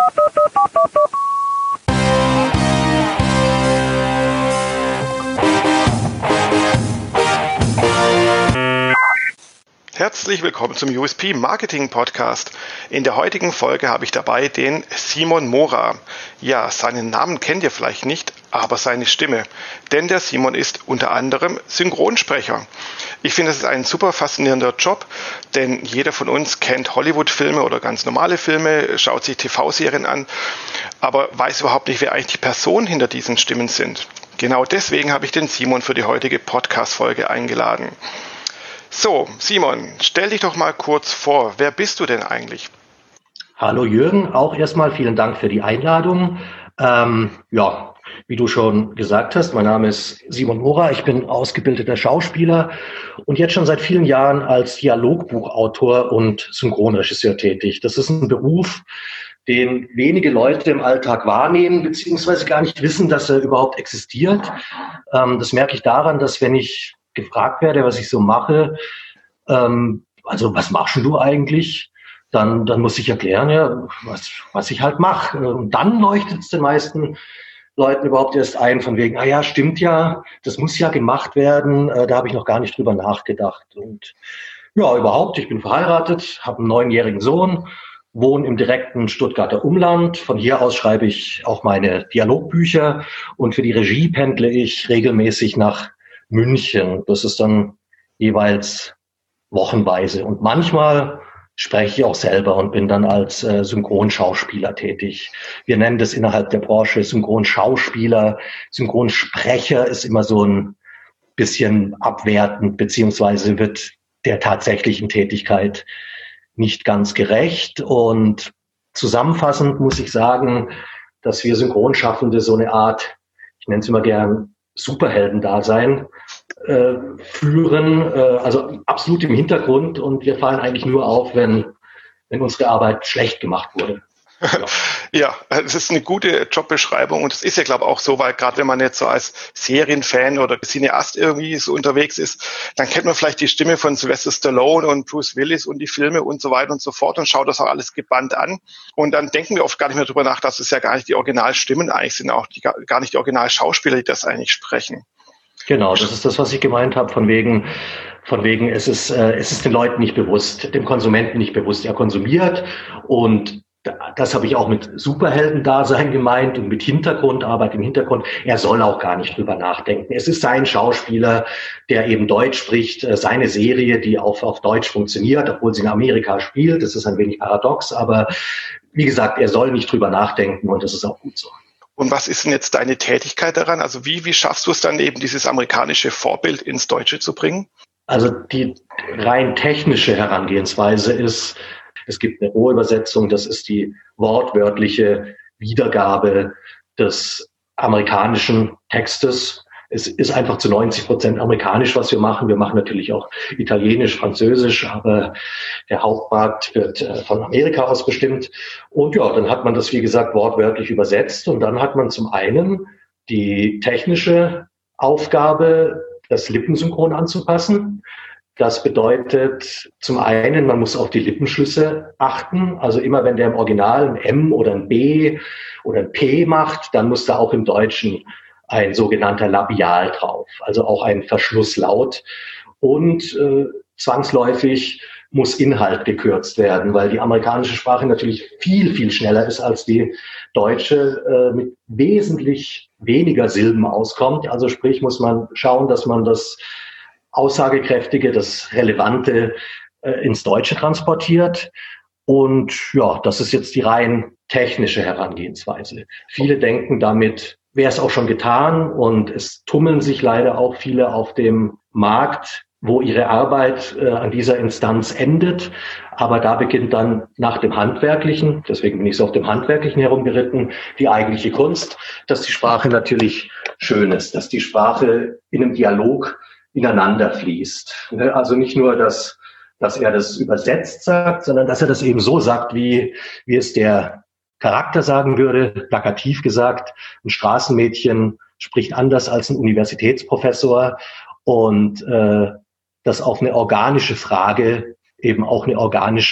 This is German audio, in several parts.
Herzlich willkommen zum USP Marketing Podcast. In der heutigen Folge habe ich dabei den Simon Mora. Ja, seinen Namen kennt ihr vielleicht nicht, aber seine Stimme. Denn der Simon ist unter anderem Synchronsprecher. Ich finde, das ist ein super faszinierender Job, denn jeder von uns kennt Hollywood-Filme oder ganz normale Filme, schaut sich TV-Serien an, aber weiß überhaupt nicht, wer eigentlich die Personen hinter diesen Stimmen sind. Genau deswegen habe ich den Simon für die heutige Podcast-Folge eingeladen. So, Simon, stell dich doch mal kurz vor. Wer bist du denn eigentlich? Hallo Jürgen, auch erstmal vielen Dank für die Einladung. Wie du schon gesagt hast, mein Name ist Simon Mora, ich bin ausgebildeter Schauspieler und jetzt schon seit vielen Jahren als Dialogbuchautor und Synchronregisseur tätig. Das ist ein Beruf, den wenige Leute im Alltag wahrnehmen, beziehungsweise gar nicht wissen, dass er überhaupt existiert. Das merke ich daran, dass wenn ich gefragt werde, was ich so mache, was machst du eigentlich? Dann muss ich erklären, ja, was ich halt mache. Und dann leuchtet es den meisten Leuten überhaupt erst ein, von wegen, stimmt ja, das muss ja gemacht werden, da habe ich noch gar nicht drüber nachgedacht. Und ja, überhaupt, ich bin verheiratet, habe einen 9-jährigen Sohn, wohne im direkten Stuttgarter Umland. Von hier aus schreibe ich auch meine Dialogbücher und für die Regie pendle ich regelmäßig nach München. Das ist dann jeweils wochenweise. Und manchmal spreche ich auch selber und bin dann als Synchronschauspieler tätig. Wir nennen das innerhalb der Branche Synchronschauspieler. Synchronsprecher ist immer so ein bisschen abwertend, beziehungsweise wird der tatsächlichen Tätigkeit nicht ganz gerecht. Und zusammenfassend muss ich sagen, dass wir Synchronschaffende so eine Art, ich nenne es immer gern, Superheldendasein führen, also absolut im Hintergrund, und wir fallen eigentlich nur auf, wenn unsere Arbeit schlecht gemacht wurde. Ja, das ist eine gute Jobbeschreibung und das ist ja, glaube ich, auch so, weil gerade wenn man jetzt so als Serienfan oder Cineast irgendwie so unterwegs ist, dann kennt man vielleicht die Stimme von Sylvester Stallone und Bruce Willis und die Filme und so weiter und so fort und schaut das auch alles gebannt an. Und dann denken wir oft gar nicht mehr drüber nach, dass es ja gar nicht die Originalstimmen eigentlich sind, auch gar nicht die Originalschauspieler, die das eigentlich sprechen. Genau, das ist das, was ich gemeint habe, von wegen, es ist den Leuten nicht bewusst, dem Konsumenten nicht bewusst. Er konsumiert, und das habe ich auch mit Superheldendasein gemeint und mit Hintergrundarbeit im Hintergrund. Er soll auch gar nicht drüber nachdenken. Es ist sein Schauspieler, der eben Deutsch spricht, seine Serie, die auf Deutsch funktioniert, obwohl sie in Amerika spielt. Das ist ein wenig paradox, aber wie gesagt, er soll nicht drüber nachdenken, und das ist auch gut so. Und was ist denn jetzt deine Tätigkeit daran? Also wie schaffst du es dann eben, dieses amerikanische Vorbild ins Deutsche zu bringen? Also die rein technische Herangehensweise ist, es gibt eine Rohübersetzung, das ist die wortwörtliche Wiedergabe des amerikanischen Textes. Es ist einfach zu 90% amerikanisch, was wir machen. Wir machen natürlich auch Italienisch, Französisch, aber der Hauptmarkt wird von Amerika aus bestimmt. Und ja, dann hat man das, wie gesagt, wortwörtlich übersetzt. Und dann hat man zum einen die technische Aufgabe, das Lippensynchron anzupassen. Das bedeutet zum einen, man muss auf die Lippenschlüsse achten. Also immer wenn der im Original ein M oder ein B oder ein P macht, dann muss da auch im Deutschen ein sogenannter Labial drauf, also auch ein Verschlusslaut. Und zwangsläufig muss Inhalt gekürzt werden, weil die amerikanische Sprache natürlich viel, viel schneller ist als die deutsche, mit wesentlich weniger Silben auskommt. Also sprich, muss man schauen, dass man das Aussagekräftige, das Relevante ins Deutsche transportiert. Und ja, das ist jetzt die rein technische Herangehensweise. Viele denken, damit wäre es auch schon getan, und es tummeln sich leider auch viele auf dem Markt, wo ihre Arbeit an dieser Instanz endet. Aber da beginnt dann nach dem Handwerklichen, deswegen bin ich so auf dem Handwerklichen herumgeritten, die eigentliche Kunst, dass die Sprache natürlich schön ist, dass die Sprache in einem Dialog ineinander fließt. Also nicht nur, dass er das übersetzt sagt, sondern dass er das eben so sagt, wie es der Charakter sagen würde, plakativ gesagt. Ein Straßenmädchen spricht anders als ein Universitätsprofessor, und dass auf eine organische Frage eben auch eine organische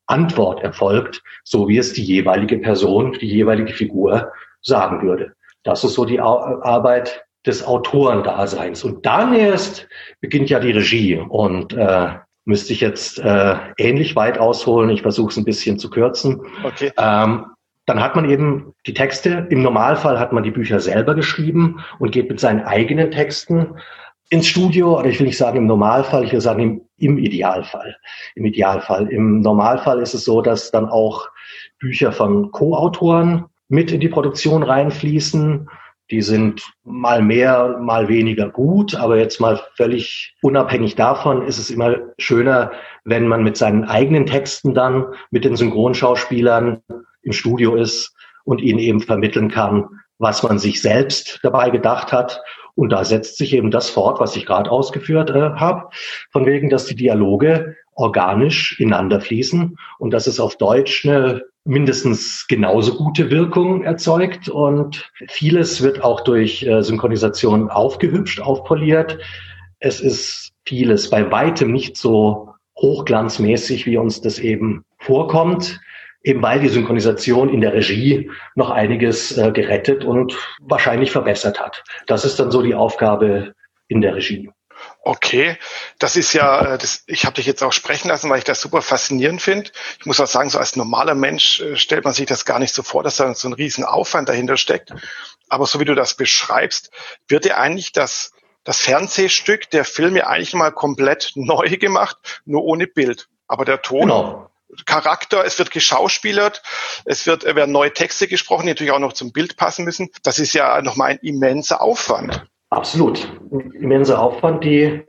Antwort erfolgt, so wie es die jeweilige Person, die jeweilige Figur sagen würde. Das ist so die Arbeit des Autorendaseins. Und dann erst beginnt ja die Regie. Und müsste ich jetzt ähnlich weit ausholen. Ich versuche es ein bisschen zu kürzen. Okay. Dann hat man eben die Texte. Im Normalfall hat man die Bücher selber geschrieben und geht mit seinen eigenen Texten ins Studio. Oder ich will nicht sagen im Normalfall, ich will sagen im Idealfall. Im Idealfall. Im Normalfall ist es so, dass dann auch Bücher von Co-Autoren mit in die Produktion reinfließen. Die sind mal mehr, mal weniger gut, aber jetzt mal völlig unabhängig davon ist es immer schöner, wenn man mit seinen eigenen Texten dann mit den Synchronschauspielern im Studio ist und ihnen eben vermitteln kann, was man sich selbst dabei gedacht hat. Und da setzt sich eben das fort, was ich gerade ausgeführt habe, von wegen, dass die Dialoge organisch ineinander fließen und dass es auf Deutsch eine mindestens genauso gute Wirkung erzeugt. Und vieles wird auch durch Synchronisation aufgehübscht, aufpoliert. Es ist vieles bei weitem nicht so hochglanzmäßig, wie uns das eben vorkommt, eben weil die Synchronisation in der Regie noch einiges gerettet und wahrscheinlich verbessert hat. Das ist dann so die Aufgabe in der Regie. Okay, das ist ja, ich habe dich jetzt auch sprechen lassen, weil ich das super faszinierend finde. Ich muss auch sagen, so als normaler Mensch stellt man sich das gar nicht so vor, dass da so ein riesen Aufwand dahinter steckt. Aber so wie du das beschreibst, wird ja eigentlich das Fernsehstück, der Film ja eigentlich mal komplett neu gemacht, nur ohne Bild. Aber der Ton, genau. Charakter, es wird geschauspielert, werden neue Texte gesprochen, die natürlich auch noch zum Bild passen müssen. Das ist ja nochmal ein immenser Aufwand. Absolut. Ein immenser Aufwand, den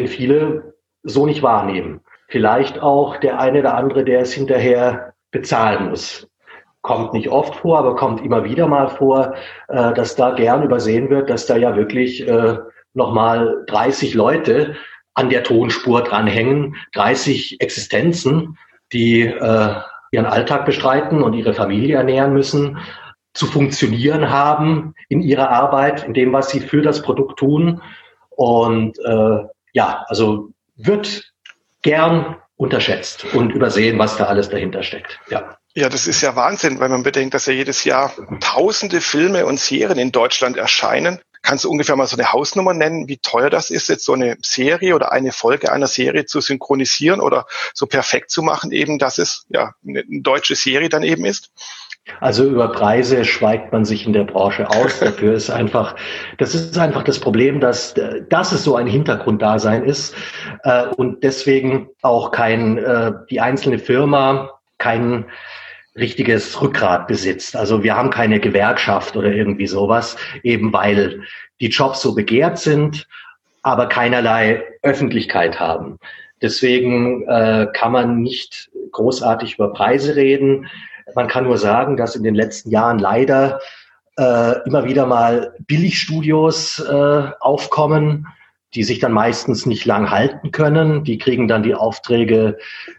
viele so nicht wahrnehmen. Vielleicht auch der eine oder andere, der es hinterher bezahlen muss. Kommt nicht oft vor, aber kommt immer wieder mal vor, dass da gern übersehen wird, dass da ja wirklich nochmal 30 Leute an der Tonspur dranhängen, 30 Existenzen, die ihren Alltag bestreiten und ihre Familie ernähren müssen, zu funktionieren haben in ihrer Arbeit, in dem, was sie für das Produkt tun. Und also wird gern unterschätzt und übersehen, was da alles dahinter steckt. Ja, das ist ja Wahnsinn, weil man bedenkt, dass ja jedes Jahr tausende Filme und Serien in Deutschland erscheinen. Kannst du ungefähr mal so eine Hausnummer nennen, wie teuer das ist, jetzt so eine Serie oder eine Folge einer Serie zu synchronisieren oder so perfekt zu machen, eben, dass es ja eine deutsche Serie dann eben ist? Also über Preise schweigt man sich in der Branche aus. Dafür ist einfach das Problem, dass es so ein Hintergrunddasein ist und deswegen auch die einzelne Firma kein richtiges Rückgrat besitzt. Also wir haben keine Gewerkschaft oder irgendwie sowas, eben weil die Jobs so begehrt sind, aber keinerlei Öffentlichkeit haben. Deswegen kann man nicht großartig über Preise reden. Man kann nur sagen, dass in den letzten Jahren leider immer wieder mal Billigstudios aufkommen, die sich dann meistens nicht lang halten können. Die kriegen dann die Aufträge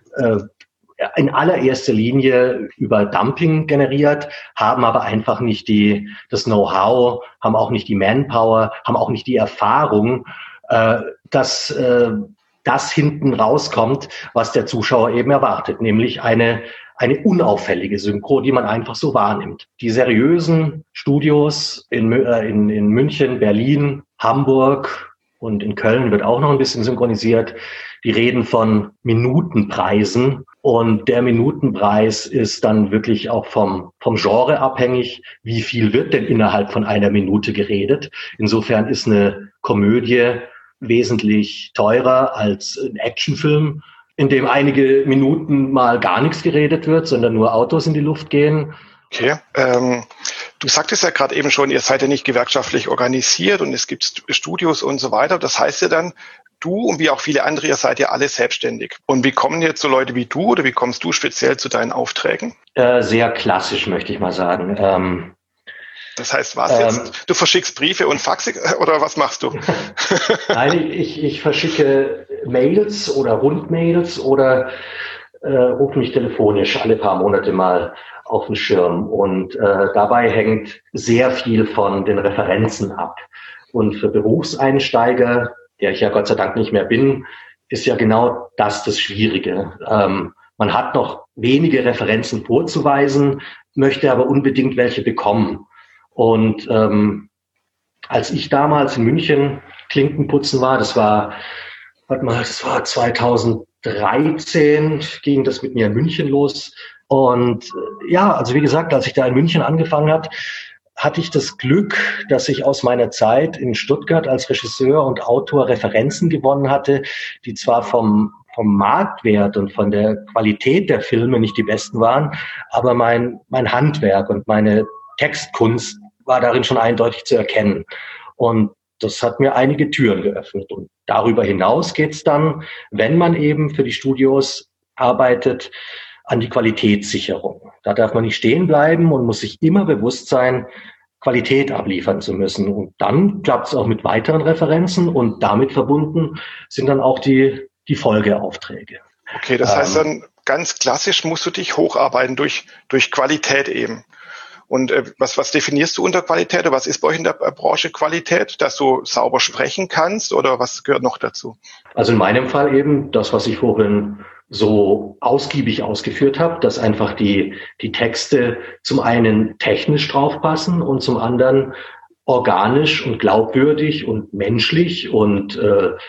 in allererster Linie über Dumping generiert, haben aber einfach nicht das Know-how, haben auch nicht die Manpower, haben auch nicht die Erfahrung, dass das hinten rauskommt, was der Zuschauer eben erwartet, nämlich eine unauffällige Synchro, die man einfach so wahrnimmt. Die seriösen Studios in München, Berlin, Hamburg und in Köln wird auch noch ein bisschen synchronisiert. Die reden von Minutenpreisen und der Minutenpreis ist dann wirklich auch vom Genre abhängig. Wie viel wird denn innerhalb von einer Minute geredet? Insofern ist eine Komödie wesentlich teurer als ein Actionfilm, in dem einige Minuten mal gar nichts geredet wird, sondern nur Autos in die Luft gehen. Okay, du sagtest ja gerade eben schon, ihr seid ja nicht gewerkschaftlich organisiert und es gibt Studios und so weiter. Das heißt ja dann, du und wie auch viele andere, ihr seid ja alle selbstständig. Und wie kommen jetzt so Leute wie du oder wie kommst du speziell zu deinen Aufträgen? Sehr klassisch, möchte ich mal sagen. Das heißt, was jetzt? Du verschickst Briefe und Faxe oder was machst du? Nein, ich verschicke Mails oder Rundmails oder rufe mich telefonisch alle paar Monate mal auf den Schirm. Und dabei hängt sehr viel von den Referenzen ab. Und für Berufseinsteiger, der ich ja Gott sei Dank nicht mehr bin, ist ja genau das Schwierige. Man hat noch wenige Referenzen vorzuweisen, möchte aber unbedingt welche bekommen. Und als ich damals in München Klinkenputzen war, das war 2013, ging das mit mir in München los. Und ja, also wie gesagt, als ich da in München angefangen habe, hatte ich das Glück, dass ich aus meiner Zeit in Stuttgart als Regisseur und Autor Referenzen gewonnen hatte, die zwar vom Marktwert und von der Qualität der Filme nicht die besten waren, aber mein Handwerk und meine Textkunst war darin schon eindeutig zu erkennen. Und das hat mir einige Türen geöffnet. Und darüber hinaus geht's dann, wenn man eben für die Studios arbeitet, an die Qualitätssicherung. Da darf man nicht stehen bleiben und muss sich immer bewusst sein, Qualität abliefern zu müssen. Und dann klappt es auch mit weiteren Referenzen und damit verbunden sind dann auch die Folgeaufträge. Okay, das heißt dann ganz klassisch musst du dich hocharbeiten durch Qualität eben. Und was definierst du unter Qualität oder was ist bei euch in der Branche Qualität? Dass du sauber sprechen kannst oder was gehört noch dazu? Also in meinem Fall eben das, was ich vorhin so ausgiebig ausgeführt habe, dass einfach die Texte zum einen technisch draufpassen und zum anderen organisch und glaubwürdig und menschlich und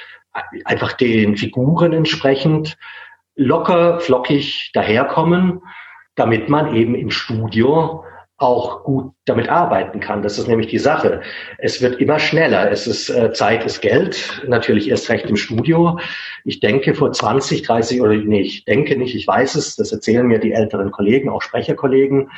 einfach den Figuren entsprechend locker, flockig daherkommen, damit man eben im Studio auch gut damit arbeiten kann. Das ist nämlich die Sache. Es wird immer schneller. Zeit ist Geld, natürlich erst recht im Studio. Ich denke vor 20, 30 oder nee, ich denke nicht, ich weiß es, das erzählen mir die älteren Kollegen, auch Sprecherkollegen.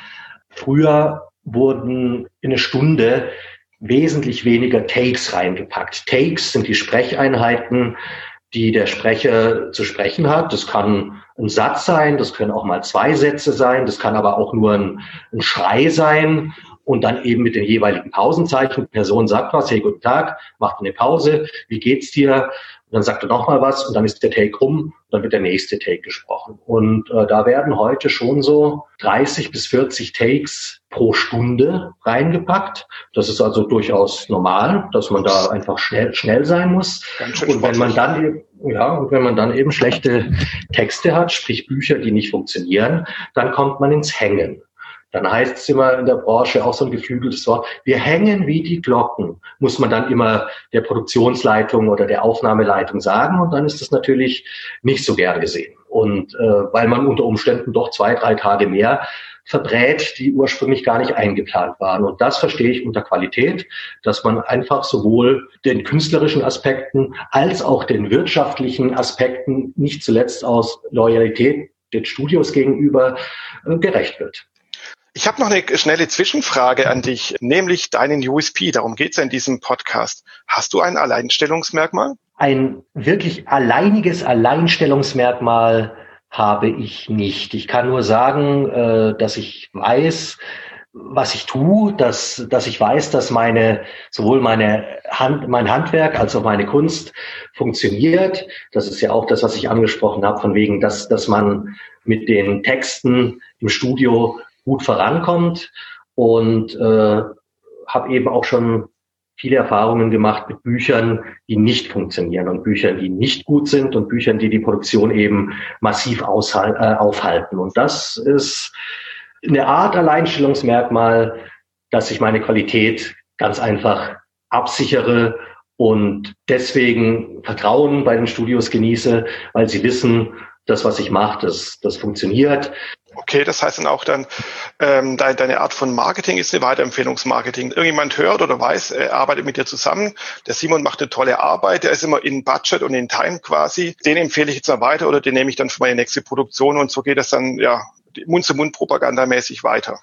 Früher wurden in eine Stunde wesentlich weniger Takes reingepackt. Takes sind die Sprecheinheiten, die der Sprecher zu sprechen hat. Das kann ein Satz sein, das können auch mal 2 Sätze sein, das kann aber auch nur ein Schrei sein und dann eben mit den jeweiligen Pausenzeichen. Die Person sagt was, hey, guten Tag, macht eine Pause, wie geht's dir? Und dann sagt er nochmal was und dann ist der Take rum und dann wird der nächste Take gesprochen. Und da werden heute schon so 30 bis 40 Takes pro Stunde reingepackt. Das ist also durchaus normal, dass man da einfach schnell sein muss. Und wenn man dann eben schlechte Texte hat, sprich Bücher, die nicht funktionieren, dann kommt man ins Hängen. Dann heißt es immer in der Branche auch so ein geflügeltes Wort, wir hängen wie die Glocken, muss man dann immer der Produktionsleitung oder der Aufnahmeleitung sagen und dann ist das natürlich nicht so gern gesehen. Und weil man unter Umständen doch 2, 3 Tage mehr verbrät, die ursprünglich gar nicht eingeplant waren. Und das verstehe ich unter Qualität, dass man einfach sowohl den künstlerischen Aspekten als auch den wirtschaftlichen Aspekten, nicht zuletzt aus Loyalität den Studios gegenüber, gerecht wird. Ich habe noch eine schnelle Zwischenfrage an dich, nämlich deinen USP. Darum geht es ja in diesem Podcast. Hast du ein Alleinstellungsmerkmal? Ein wirklich alleiniges Alleinstellungsmerkmal habe ich nicht. Ich kann nur sagen, dass ich weiß, was ich tue, dass ich weiß, dass sowohl mein Handwerk als auch meine Kunst funktioniert. Das ist ja auch das, was ich angesprochen habe, von wegen, dass man mit den Texten im Studio gut vorankommt und habe eben auch schon viele Erfahrungen gemacht mit Büchern, die nicht funktionieren und Büchern, die nicht gut sind und Büchern, die die Produktion eben massiv aufhalten. Und das ist eine Art Alleinstellungsmerkmal, dass ich meine Qualität ganz einfach absichere und deswegen Vertrauen bei den Studios genieße, weil sie wissen, das, was ich mache, das funktioniert. Okay, das heißt dann auch deine Art von Marketing ist eine Weiterempfehlungsmarketing. Irgendjemand hört oder weiß, er arbeitet mit dir zusammen. Der Simon macht eine tolle Arbeit, der ist immer in Budget und in Time quasi. Den empfehle ich jetzt mal weiter oder den nehme ich dann für meine nächste Produktion und so geht das dann ja Mund-zu-Mund-Propaganda-mäßig weiter.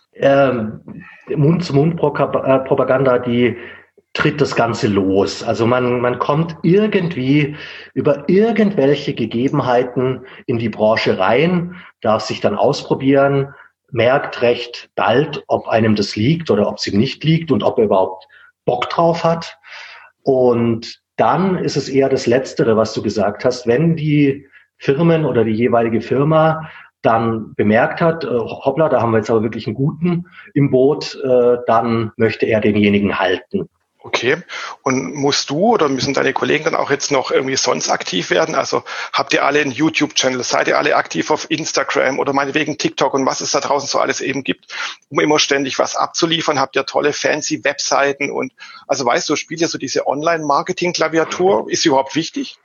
Mund-zu-Mund-Propaganda, die tritt das Ganze los. Also man kommt irgendwie über irgendwelche Gegebenheiten in die Branche rein, darf sich dann ausprobieren, merkt recht bald, ob einem das liegt oder ob es ihm nicht liegt und ob er überhaupt Bock drauf hat. Und dann ist es eher das Letztere, was du gesagt hast, wenn die Firmen oder die jeweilige Firma dann bemerkt hat, hoppla, da haben wir jetzt aber wirklich einen Guten im Boot, dann möchte er denjenigen halten. Okay. Und musst du oder müssen deine Kollegen dann auch jetzt noch irgendwie sonst aktiv werden? Also habt ihr alle einen YouTube-Channel? Seid ihr alle aktiv auf Instagram oder meinetwegen TikTok und was es da draußen so alles eben gibt, um immer ständig was abzuliefern? Habt ihr tolle fancy Webseiten und also weißt du, spielt ja so diese Online-Marketing-Klaviatur? Ist sie überhaupt wichtig?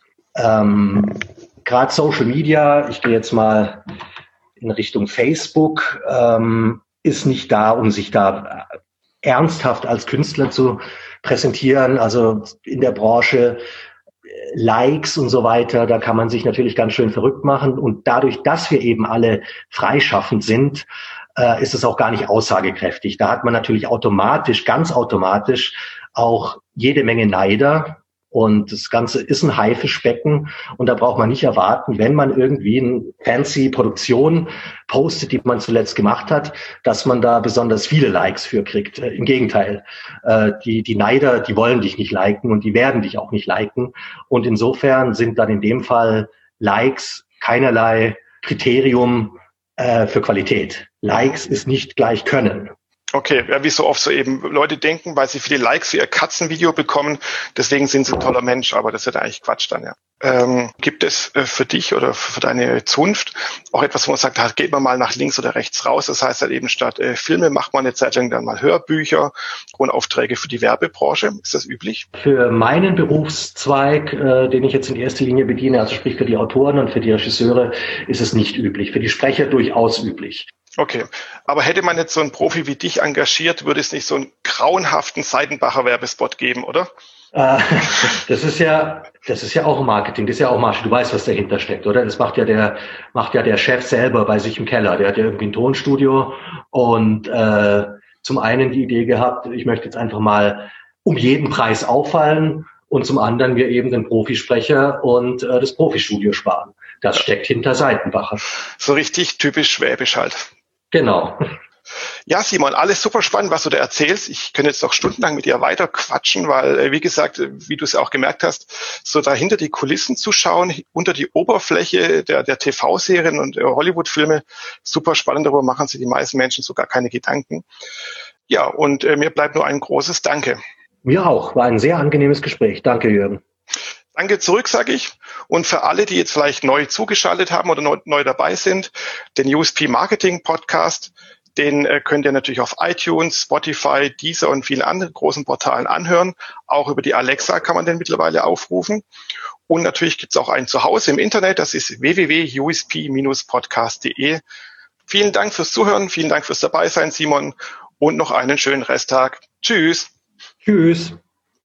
Gerade Social Media, ich gehe jetzt mal in Richtung Facebook, ist nicht da, um sich da ernsthaft als Künstler zu präsentieren. Also in der Branche Likes und so weiter, da kann man sich natürlich ganz schön verrückt machen. Und dadurch, dass wir eben alle freischaffend sind, ist es auch gar nicht aussagekräftig. Da hat man natürlich ganz automatisch auch jede Menge Neider. Und das Ganze ist ein Haifischbecken und da braucht man nicht erwarten, wenn man irgendwie eine fancy Produktion postet, die man zuletzt gemacht hat, dass man da besonders viele Likes für kriegt. Im Gegenteil, die Neider, die wollen dich nicht liken und die werden dich auch nicht liken. Und insofern sind dann in dem Fall Likes keinerlei Kriterium für Qualität. Likes ist nicht gleich Können. Okay, ja, wie so oft so eben. Leute denken, weil sie viele Likes für ihr Katzenvideo bekommen, deswegen sind sie ein toller Mensch, aber das ist ja eigentlich Quatsch dann, ja. Gibt es für dich oder für deine Zunft auch etwas, wo man sagt, geht man mal nach links oder rechts raus? Das heißt halt eben statt Filme macht man eine Zeit lang dann mal Hörbücher und Aufträge für die Werbebranche. Ist das üblich? Für meinen Berufszweig, den ich jetzt in erster Linie bediene, also sprich für die Autoren und für die Regisseure, ist es nicht üblich. Für die Sprecher durchaus üblich. Okay, aber hätte man jetzt so einen Profi wie dich engagiert, würde es nicht so einen grauenhaften Seidenbacher Werbespot geben, oder? Das ist ja auch Marketing, das ist ja auch Marketing. Du weißt, was dahinter steckt, oder? Das macht ja der Chef selber bei sich im Keller. Der hat ja irgendwie ein Tonstudio und zum einen die Idee gehabt, ich möchte jetzt einfach mal um jeden Preis auffallen und zum anderen wir eben den Profisprecher und das Profistudio sparen. Das steckt hinter Seidenbacher. So richtig typisch schwäbisch halt. Genau. Ja, Simon, alles super spannend, was du da erzählst. Ich könnte jetzt noch stundenlang mit dir weiter quatschen, weil, wie gesagt, wie du es ja auch gemerkt hast, so dahinter die Kulissen zu schauen, unter die Oberfläche der TV-Serien und Hollywood-Filme, super spannend, darüber machen sich die meisten Menschen so gar keine Gedanken. Ja, und mir bleibt nur ein großes Danke. Mir auch, war ein sehr angenehmes Gespräch. Danke, Jürgen. Danke zurück, sage ich. Und für alle, die jetzt vielleicht neu zugeschaltet haben oder neu dabei sind, den USP Marketing Podcast, den könnt ihr natürlich auf iTunes, Spotify, Deezer und vielen anderen großen Portalen anhören. Auch über die Alexa kann man den mittlerweile aufrufen. Und natürlich gibt es auch einen zu Hause im Internet, das ist www.usp-podcast.de. Vielen Dank fürs Zuhören, vielen Dank fürs Dabeisein, Simon, und noch einen schönen Resttag. Tschüss. Tschüss.